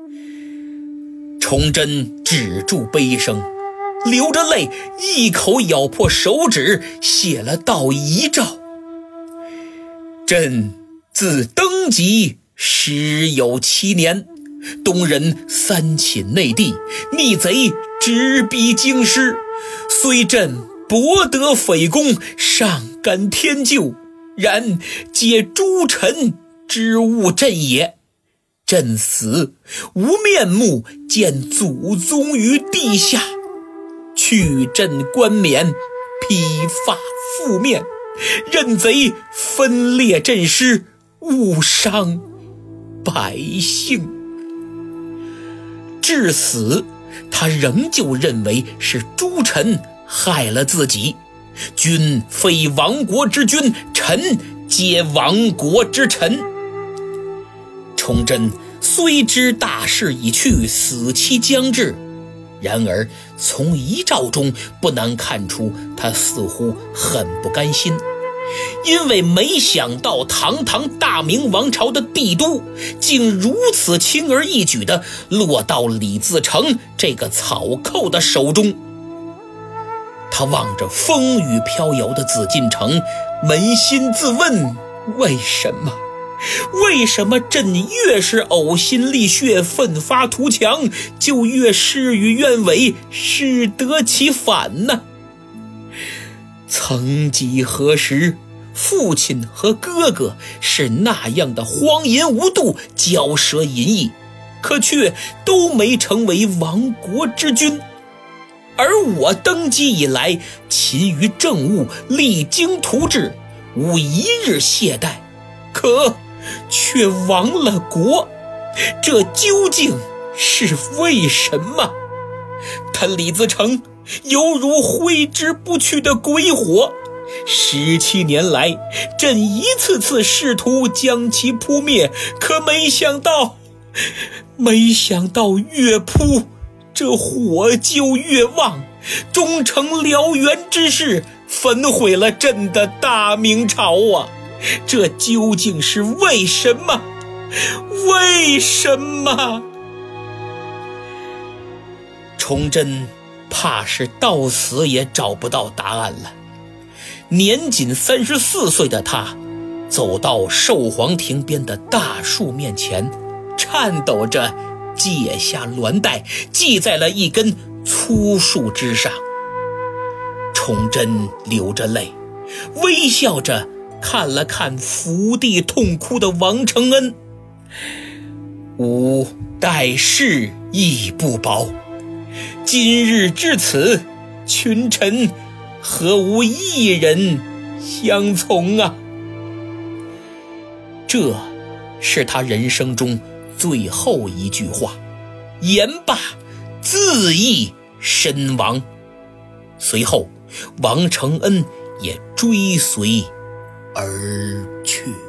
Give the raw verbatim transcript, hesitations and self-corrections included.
崇祯止住悲声，流着泪一口咬破手指，写了道遗诏：朕自登基时有七年，东人三侵内地，逆贼直逼京师，虽朕博得匪功，上感天救，然皆诸臣之误朕也。朕死无面目见祖宗于地下，去朕冠冕，披发覆面，任贼分裂朕师，误伤百姓。至死他仍旧认为是诸臣害了自己，君非亡国之君，臣皆亡国之臣。崇祯虽知大势已去，死期将至，然而从遗诏中不难看出他似乎很不甘心，因为没想到堂堂大明王朝的帝都竟如此轻而易举地落到李自成这个草寇的手中。他望着风雨飘摇的紫禁城，扪心自问，为什么为什么朕越是呕心沥血奋发图强，就越事与愿违，适得其反呢？曾几何时，父亲和哥哥是那样的荒淫无度，骄奢淫逸，可却都没成为亡国之君。而我登基以来，勤于政务，励精图治，无一日懈怠，可却亡了国，这究竟是为什么？他李自成犹如挥之不去的鬼火，十七年来，朕一次次试图将其扑灭，可没想到，没想到越扑，这火就越旺，终成燎原之势，焚毁了朕的大明朝啊！这究竟是为什么？为什么？崇祯怕是到死也找不到答案了。年仅三十四岁的他，走到寿皇庭边的大树面前，颤抖着解下鸾带，系在了一根粗树之上。崇祯流着泪，微笑着看了看伏地痛哭的王承恩，吾待世亦不保，今日至此，群臣何无一人相从啊？这是他人生中最后一句话，言罢自缢身亡。随后王承恩也追随而去。